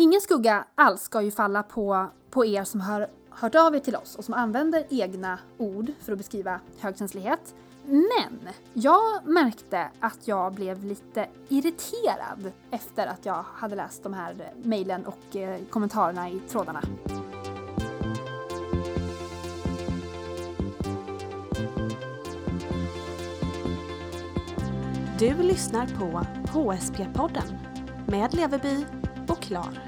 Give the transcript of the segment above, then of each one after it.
ingen skugga alls ska ju falla på er som har hört av er till oss och som använder egna ord för att beskriva högkänslighet. Men jag märkte att jag blev lite irriterad efter att jag hade läst de här mejlen och kommentarerna i trådarna. Du lyssnar på HSP-podden med Leverby och Klar.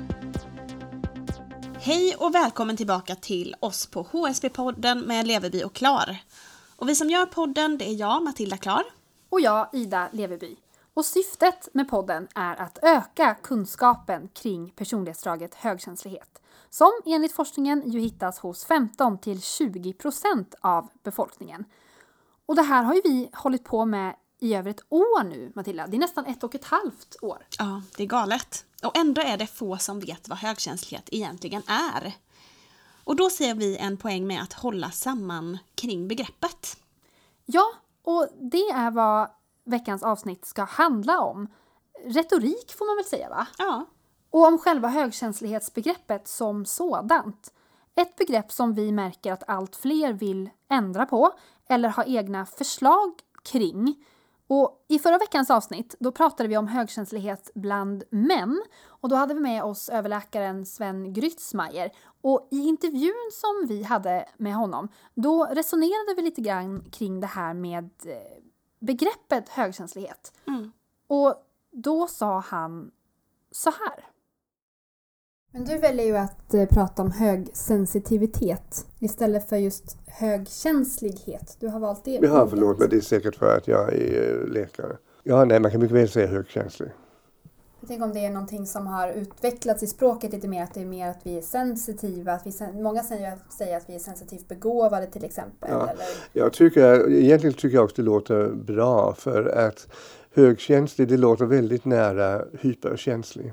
Hej och välkommen tillbaka till oss på HSP-podden med Leverby och Klar. Och vi som gör podden, det är jag, Matilda Klar. Och jag, Ida Leverby. Och syftet med podden är att öka kunskapen kring personlighetsdraget högkänslighet. Som enligt forskningen ju hittas hos 15-20% av befolkningen. Och det här har ju vi hållit på med i över ett år nu, Matilda. Det är nästan 1,5 år. Ja, det är galet. Och ändå är det få som vet vad högkänslighet egentligen är. Och då ser vi en poäng med att hålla samman kring begreppet. Ja, och det är vad veckans avsnitt ska handla om. Retorik får man väl säga, va? Ja. Och om själva högkänslighetsbegreppet som sådant. Ett begrepp som vi märker att allt fler vill ändra på eller ha egna förslag kring. Och i förra veckans avsnitt då pratade vi om högkänslighet bland män och då hade vi med oss överläkaren Sven Grytzmeier. Och i intervjun som vi hade med honom då resonerade vi lite grann kring det här med begreppet högkänslighet. Och då sa han så här. Men du väljer ju att prata om högsensitivitet istället för just högkänslighet. Du har valt det. Ja, förlåt, men det är säkert för att jag är läkare. Ja, nej, man kan mycket väl säga högkänslig. Jag tänker om det är någonting som har utvecklats i språket lite mer, att det är mer att vi är sensitiva. Att många säger att vi är sensitivt begåvade till exempel. Ja, eller? Egentligen tycker jag också det låter bra för att högkänslig, det låter väldigt nära hyperkänslig.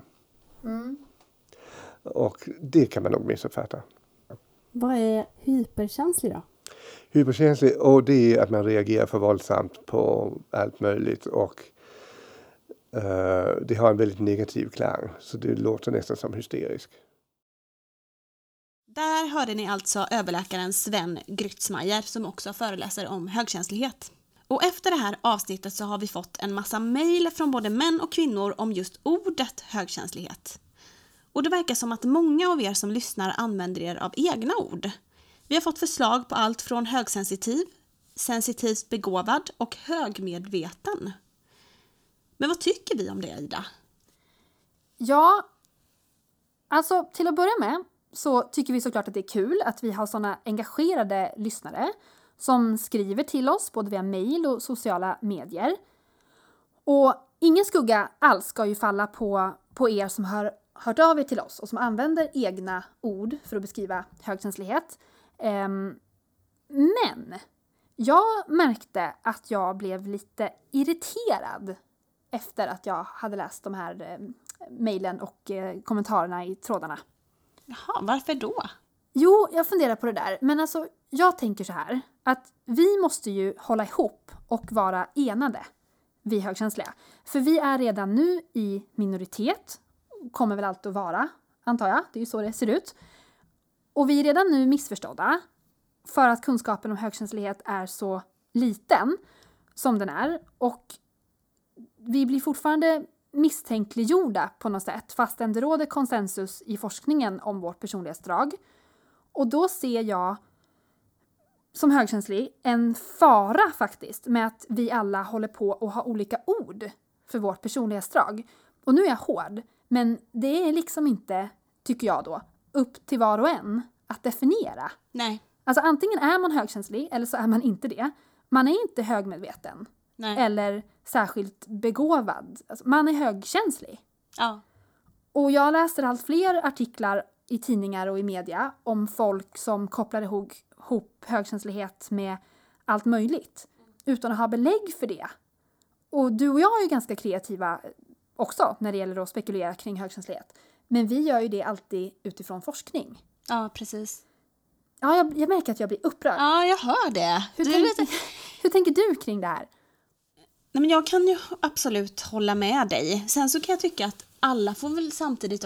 Och det kan man nog missuppfatta. Vad är hyperkänslig då? Hyperkänslig, och det är att man reagerar för våldsamt på allt möjligt och det har en väldigt negativ klang. Så det låter nästan som hysterisk. Där hörde ni alltså överläkaren Sven Grytzmeier som också föreläser om högkänslighet. Och efter det här avsnittet så har vi fått en massa mejl från både män och kvinnor om just ordet högkänslighet. Och det verkar som att många av er som lyssnar använder er av egna ord. Vi har fått förslag på allt från högsensitiv, sensitivt begåvad och högmedveten. Men vad tycker vi om det, Ida? Ja, alltså till att börja med så tycker vi såklart att det är kul att vi har sådana engagerade lyssnare som skriver till oss både via mejl och sociala medier. Och ingen skugga alls ska ju falla på er som har hört av er till oss och som använder egna ord för att beskriva högkänslighet. Men jag märkte att jag blev lite irriterad efter att jag hade läst de här mejlen och kommentarerna i trådarna. Jaha, varför då? Jo, jag funderar på det där. Men alltså, jag tänker så här. Att vi måste ju hålla ihop och vara enade, vi högkänsliga. För vi är redan nu i minoritet. Kommer väl alltid att vara, antar jag. Det är ju så det ser ut. Och vi är redan nu missförstådda. För att kunskapen om högkänslighet är så liten som den är. Och vi blir fortfarande misstänkliggjorda på något sätt. Fastän det råder konsensus i forskningen om vårt personlighetsdrag. Och då ser jag som högkänslig en fara faktiskt med att vi alla håller på att ha olika ord för vårt personlighetsdrag. Och nu är jag hård, men det är liksom inte, tycker jag då, upp till var och en att definiera. Nej. Alltså antingen är man högkänslig eller så är man inte det. Man är inte högmedveten. Nej. Eller särskilt begåvad. Alltså, man är högkänslig. Ja. Och jag läser allt fler artiklar i tidningar och i media om folk som kopplar ihop högkänslighet med allt möjligt. Utan att ha belägg för det. Och du och jag är ju ganska kreativa också när det gäller att spekulera kring högkänslighet. Men vi gör ju det alltid utifrån forskning. Ja, precis. Ja, jag märker att jag blir upprörd. Ja, jag hör det. Hur tänker du kring det här? Nej, men jag kan ju absolut hålla med dig. Sen så kan jag tycka att alla får väl samtidigt också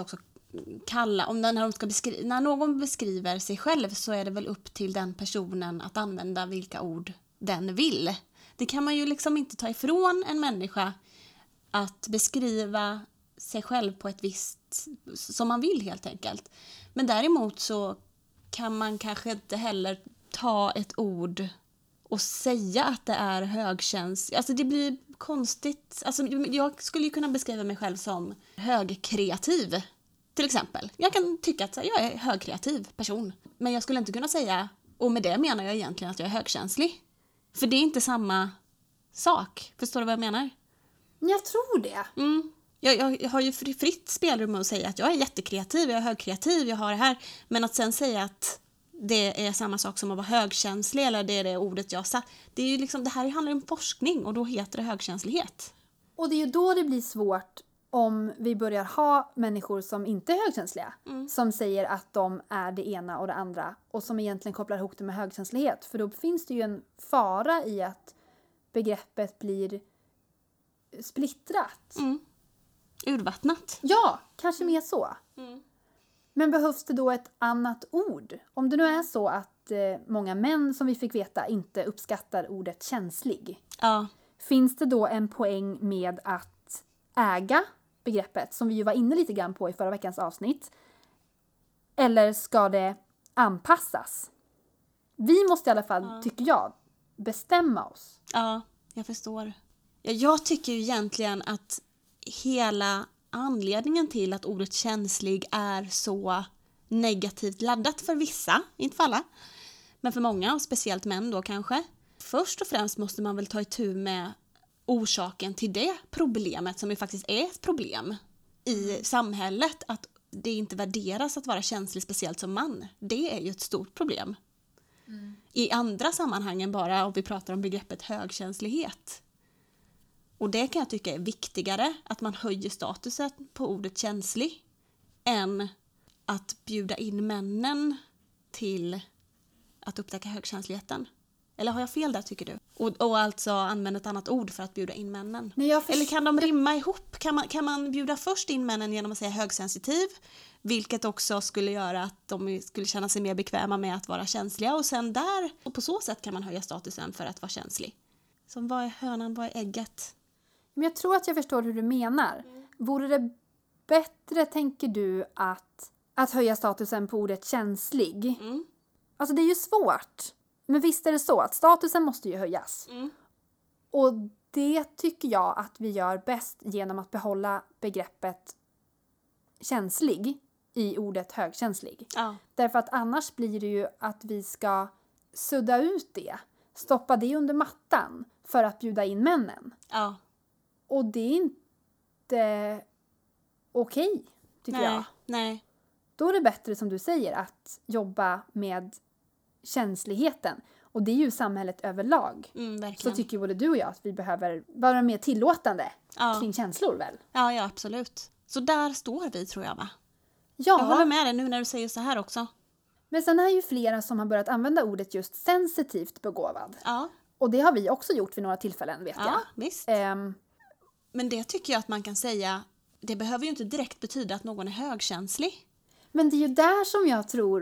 när någon beskriver sig själv så är det väl upp till den personen att använda vilka ord den vill. Det kan man ju liksom inte ta ifrån en människa att beskriva sig själv på ett visst som man vill helt enkelt. Men däremot så kan man kanske inte heller ta ett ord och säga att det är högkänsligt. Alltså det blir konstigt. Alltså jag skulle ju kunna beskriva mig själv som högkreativ till exempel. Jag kan tycka att jag är högkreativ person. Men jag skulle inte kunna säga, och med det menar jag egentligen att jag är högkänslig. För det är inte samma sak. Förstår du vad jag menar? Jag tror det. Jag har ju fritt spelrum att säga att jag är jättekreativ, jag är högkreativ, jag har det här. Men att sen säga att det är samma sak som att vara högkänslig eller det är det ordet jag sa. Det är ju liksom, det här handlar om forskning och då heter det högkänslighet. Och det är ju då det blir svårt om vi börjar ha människor som inte är högkänsliga. Som säger att de är det ena och det andra. Och som egentligen kopplar ihop det med högkänslighet. För då finns det ju en fara i att begreppet blir splittrat. Urvattnat. Ja, kanske mer så. Men behövs det då ett annat ord? Om det nu är så att många män som vi fick veta inte uppskattar ordet känslig. Ja. Finns det då en poäng med att äga begreppet som vi ju var inne lite grann på i förra veckans avsnitt? Eller ska det anpassas? Vi måste i alla fall, tycker jag, bestämma oss. Ja, jag förstår. Jag tycker ju egentligen att hela anledningen till att ordet känslig är så negativt laddat för vissa, inte för alla, men för många och speciellt män då kanske. Först och främst måste man väl ta itu med orsaken till det problemet som ju faktiskt är ett problem i samhället, att det inte värderas att vara känslig speciellt som man. Det är ju ett stort problem. I andra sammanhang än bara om vi pratar om begreppet högkänslighet. Och det kan jag tycka är viktigare, att man höjer statusen på ordet känslig än att bjuda in männen till att upptäcka högkänsligheten. Eller har jag fel där tycker du? Och alltså använda ett annat ord för att bjuda in männen. Nej, eller kan de rimma ihop? Kan man bjuda först in männen genom att säga högsensitiv? Vilket också skulle göra att de skulle känna sig mer bekväma med att vara känsliga. Och sen där, och på så sätt kan man höja statusen för att vara känslig. Som vad är hönan, vad är ägget? Men jag tror att jag förstår hur du menar. Vore det bättre, tänker du, att höja statusen på ordet känslig? Alltså det är ju svårt. Men visst är det så att statusen måste ju höjas. Och det tycker jag att vi gör bäst genom att behålla begreppet känslig i ordet högkänslig. Ja. Därför att annars blir det ju att vi ska sudda ut det. Stoppa det under mattan för att bjuda in männen. Ja. Och det är inte okej, tycker jag. Nej. Då är det bättre, som du säger, att jobba med känsligheten. Och det är ju samhället överlag. Verkligen. Så tycker både du och jag att vi behöver vara mer tillåtande kring känslor väl? Ja, absolut. Så där står vi, tror jag, va? Ja. Jag håller med dig nu när du säger så här också. Men sen är ju flera som har börjat använda ordet just sensitivt begåvad. Ja. Och det har vi också gjort vid några tillfällen, vet jag. Ja, visst. Men det tycker jag att man kan säga, det behöver ju inte direkt betyda att någon är högkänslig. Men det är ju där som jag tror,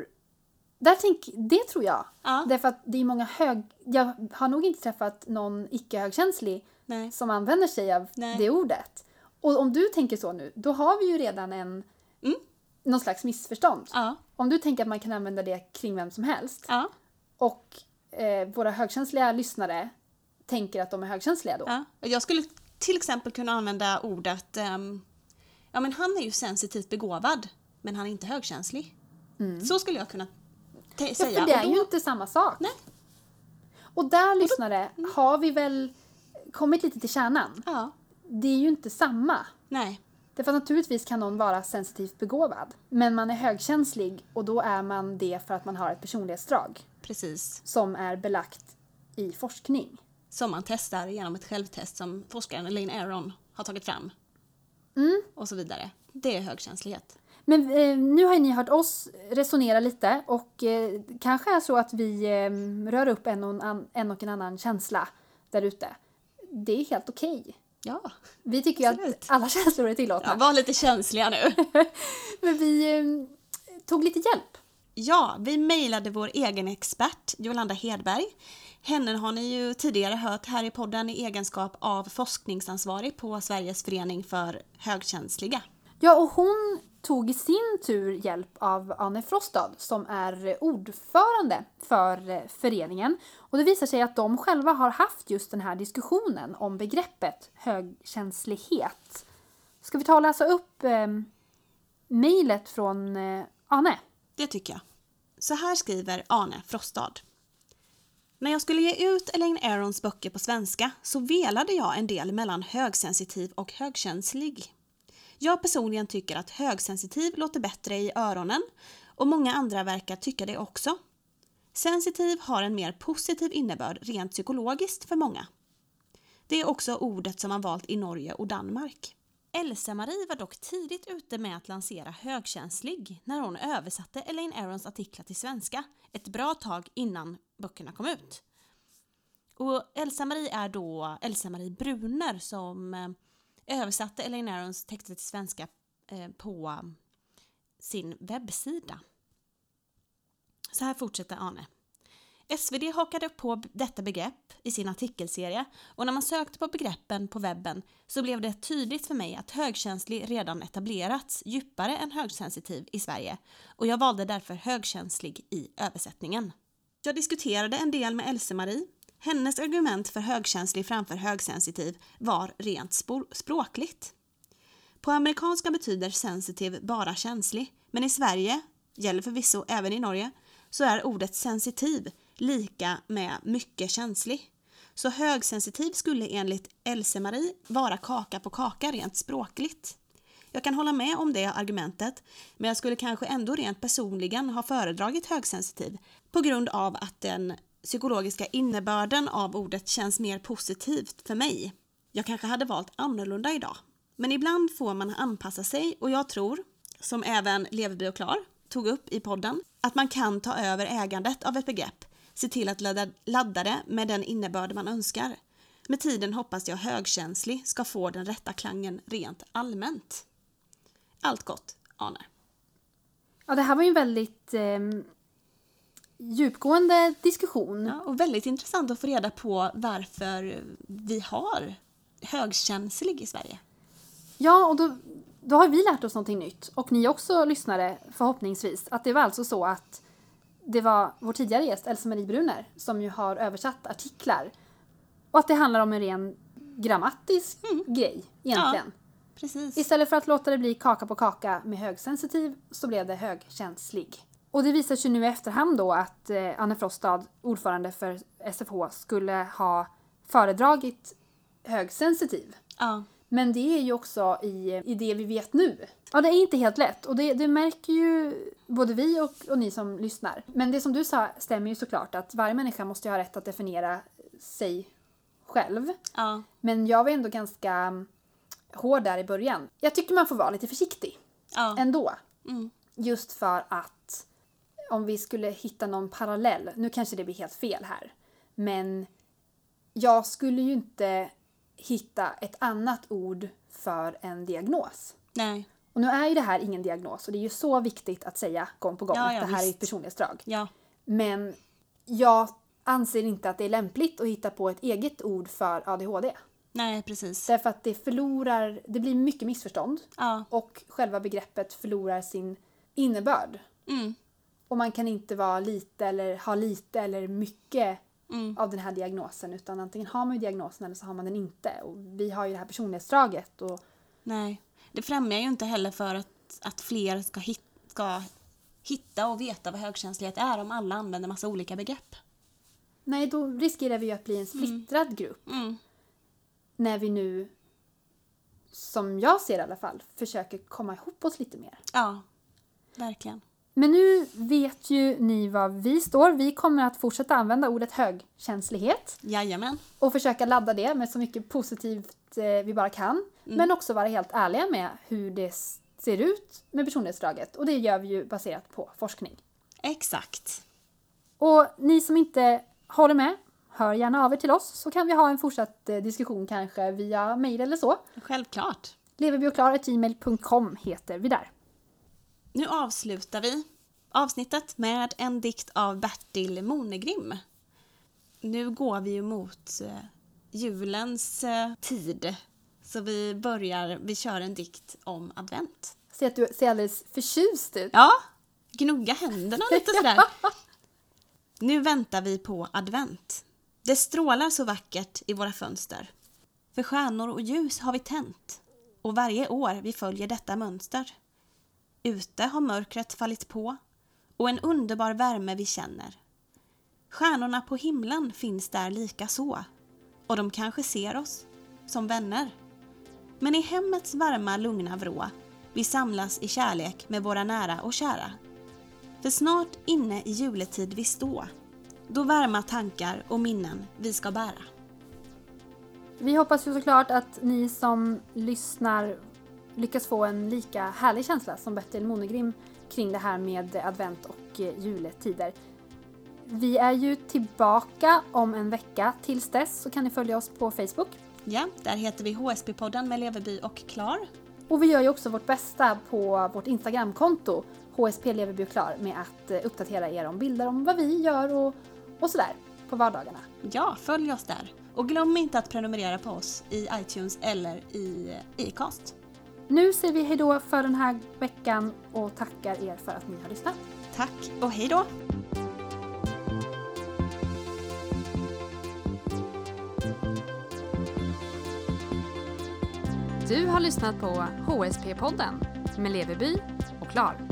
det tror jag. Ja. Därför att det är många jag har nog inte träffat någon icke-högkänslig som använder sig av det ordet. Och om du tänker så nu, då har vi ju redan någon slags missförstånd. Ja. Om du tänker att man kan använda det kring vem som helst. Ja. Och våra högkänsliga lyssnare tänker att de är högkänsliga då. Ja. Jag skulle till exempel kunna använda ordet, men han är ju sensitivt begåvad, men han är inte högkänslig. Så skulle jag kunna säga. Ja, för det är ju inte samma sak. Nej. Och där, lyssnare, har vi väl kommit lite till kärnan. Ja. Det är ju inte samma. Nej. Därför att naturligtvis kan någon vara sensitivt begåvad. Men man är högkänslig och då är man det för att man har ett personlighetsdrag. Precis. Som är belagt i forskning. Som man testar genom ett självtest som forskaren Elaine Aron har tagit fram. Och så vidare. Det är högkänslighet. Men nu har ni hört oss resonera lite och kanske är så att vi rör upp en och en annan känsla där ute. Det är helt okej. Ja, Vi tycker ju absolut. att alla känslor är tillåtna. Var lite känsliga nu. Men vi tog lite hjälp. Ja, vi mejlade vår egen expert Jolanda Hedberg. Henne har ni ju tidigare hört här i podden i egenskap av forskningsansvarig på Sveriges förening för högkänsliga. Ja, och hon tog i sin tur hjälp av Anne Frostad som är ordförande för föreningen. Och det visar sig att de själva har haft just den här diskussionen om begreppet högkänslighet. Ska vi ta och läsa upp mejlet från Anne? Det tycker jag. Så här skriver Anne Frostad. När jag skulle ge ut Elaine Arons böcker på svenska så velade jag en del mellan högsensitiv och högkänslig. Jag personligen tycker att högsensitiv låter bättre i öronen och många andra verkar tycka det också. Sensitiv har en mer positiv innebörd rent psykologiskt för många. Det är också ordet som man valt i Norge och Danmark. Elsa-Marie var dock tidigt ute med att lansera högkänslig när hon översatte Elaine Arons artiklar till svenska ett bra tag innan böckerna kom ut. Och Elsa-Marie är då Elsa-Marie Bruner som översatte Elaine Arons texter till svenska på sin webbsida. Så här fortsätter Arne. SvD hakade på detta begrepp i sin artikelserie och när man sökte på begreppen på webben så blev det tydligt för mig att högkänslig redan etablerats djupare än högsensitiv i Sverige och jag valde därför högkänslig i översättningen. Jag diskuterade en del med Else-Marie. Hennes argument för högkänslig framför högsensitiv var rent språkligt. På amerikanska betyder sensitiv bara känslig, men i Sverige, gäller förvisso även i Norge, så är ordet sensitiv lika med mycket känslig. Så högsensitiv skulle enligt Else-Marie vara kaka på kaka rent språkligt. Jag kan hålla med om det argumentet, men jag skulle kanske ändå rent personligen ha föredragit högsensitiv på grund av att den psykologiska innebörden av ordet känns mer positivt för mig. Jag kanske hade valt annorlunda idag. Men ibland får man anpassa sig och jag tror, som även Leverby och Klar tog upp i podden, att man kan ta över ägandet av ett begrepp, se till att ladda det med den innebörd man önskar. Med tiden hoppas jag högkänslig ska få den rätta klangen rent allmänt. Allt gott, Arne. Ja, det här var ju en väldigt djupgående diskussion. Ja, och väldigt intressant att få reda på varför vi har högkänslig i Sverige. Ja, och då har vi lärt oss någonting nytt. Och ni också lyssnare förhoppningsvis. Att det var alltså så att det var vår tidigare gäst, Else-Marie Bruner, som ju har översatt artiklar. Och att det handlar om en ren grammatisk grej egentligen. Ja, precis. Istället för att låta det bli kaka på kaka med högsensitiv så blev det högkänslig. Och det visar sig nu i efterhand då att Anne Frostad, ordförande för SFH, skulle ha föredragit högsensitiv. Ja. Men det är ju också i det vi vet nu. Ja, det är inte helt lätt. Och det märker ju både vi och ni som lyssnar. Men det som du sa stämmer ju såklart att varje människa måste ha rätt att definiera sig själv. Ja. Men jag var ändå ganska hård där i början. Jag tycker man får vara lite försiktig ändå. Mm. Just för att om vi skulle hitta någon parallell, nu kanske det blir helt fel här. Men jag skulle ju inte hitta ett annat ord för en diagnos. Nej. Och nu är ju det här ingen diagnos och det är ju så viktigt att säga gång på gång att det här är ett personlighetsdrag. Ja. Men jag anser inte att det är lämpligt att hitta på ett eget ord för ADHD. Nej, precis. Därför att det blir mycket missförstånd. Ja. Och själva begreppet förlorar sin innebörd. Mm. Och man kan inte vara lite eller mycket av den här diagnosen. Utan antingen har man ju diagnosen eller så har man den inte. Och vi har ju det här personlighetsdraget. Och Nej, det främjar ju inte heller för att fler ska hitta och veta vad högkänslighet är om alla använder massa olika begrepp. nej, då riskerar vi ju att bli en splittrad grupp. Mm. När vi nu, som jag ser i alla fall, försöker komma ihop oss lite mer. Ja, verkligen. Men nu vet ju ni var vi står. Vi kommer att fortsätta använda ordet högkänslighet. Jajamän. Och försöka ladda det med så mycket positivt vi bara kan. Men också vara helt ärliga med hur det ser ut med personlighetsdraget. Och det gör vi ju baserat på forskning. Exakt. Och ni som inte håller med, hör gärna av er till oss så kan vi ha en fortsatt diskussion kanske via mejl eller så. Självklart. leverbyochklar@gmail.com heter vi där. Nu avslutar vi avsnittet med en dikt av Bertil Monegrim. Nu går vi ju mot julens tid. Så vi kör en dikt om advent. Ser att du ser alldeles förtjust ut. Ja, gnugga händerna lite sådär. Nu väntar vi på advent. Det strålar så vackert i våra fönster. För stjärnor och ljus har vi tänt. Och varje år vi följer detta mönster. Ute har mörkret fallit på. Och en underbar värme vi känner. Stjärnorna på himlen finns där lika så. Och de kanske ser oss som vänner. Men i hemmets varma lugna vrå vi samlas i kärlek med våra nära och kära. För snart inne i juletid vi stå. Då varma tankar och minnen vi ska bära. Vi hoppas ju såklart att ni som lyssnar lyckas få en lika härlig känsla som Bertil Monegrim kring det här med advent och juletider. Vi är ju tillbaka om en vecka. Tills dess så kan ni följa oss på Facebook. Ja, där heter vi HSP-podden med Leverby och Klar. Och vi gör ju också vårt bästa på vårt Instagramkonto HSP Leverby och Klar med att uppdatera er om bilder om vad vi gör och sådär på vardagarna. Ja, följ oss där. Och glöm inte att prenumerera på oss i iTunes eller i Acast. Nu säger vi hejdå för den här veckan och tackar er för att ni har lyssnat. Tack och hej då! Du har lyssnat på HSP-podden med Leverby och Klar.